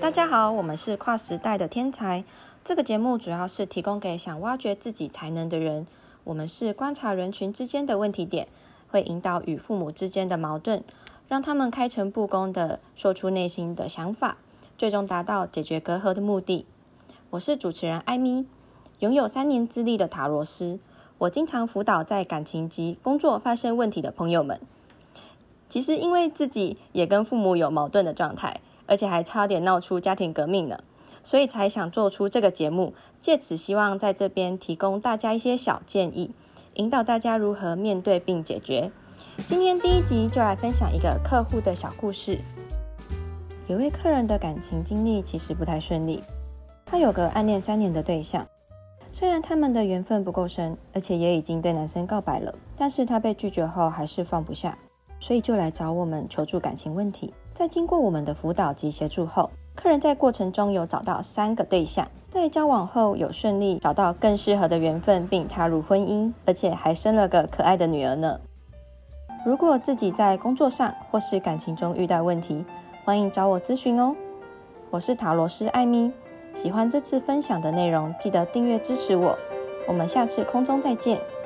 大家好，我们是跨时代的天才。这个节目主要是提供给想挖掘自己才能的人。我们是观察人群之间的问题点，会引导与父母之间的矛盾，让他们开诚布公地说出内心的想法，最终达到解决隔阂的目的。我是主持人艾咪，拥有3年资历的塔罗师。我经常辅导在感情及工作发生问题的朋友们。其实因为自己也跟父母有矛盾的状态，而且还差点闹出家庭革命呢，所以才想做出这个节目，借此希望在这边提供大家一些小建议，引导大家如何面对并解决。今天第1集就来分享一个客户的小故事。有位客人的感情经历其实不太顺利，他有个暗恋3年的对象，虽然他们的缘分不够深，而且也已经对男生告白了，但是他被拒绝后还是放不下，所以就来找我们求助感情问题。在经过我们的辅导及协助后，客人在过程中有找到3个对象，在交往后有顺利找到更适合的缘分，并踏入婚姻，而且还生了个可爱的女儿呢。如果自己在工作上或是感情中遇到问题，欢迎找我咨询哦。我是塔罗师艾咪，喜欢这次分享的内容，记得订阅支持我。我们下次空中再见。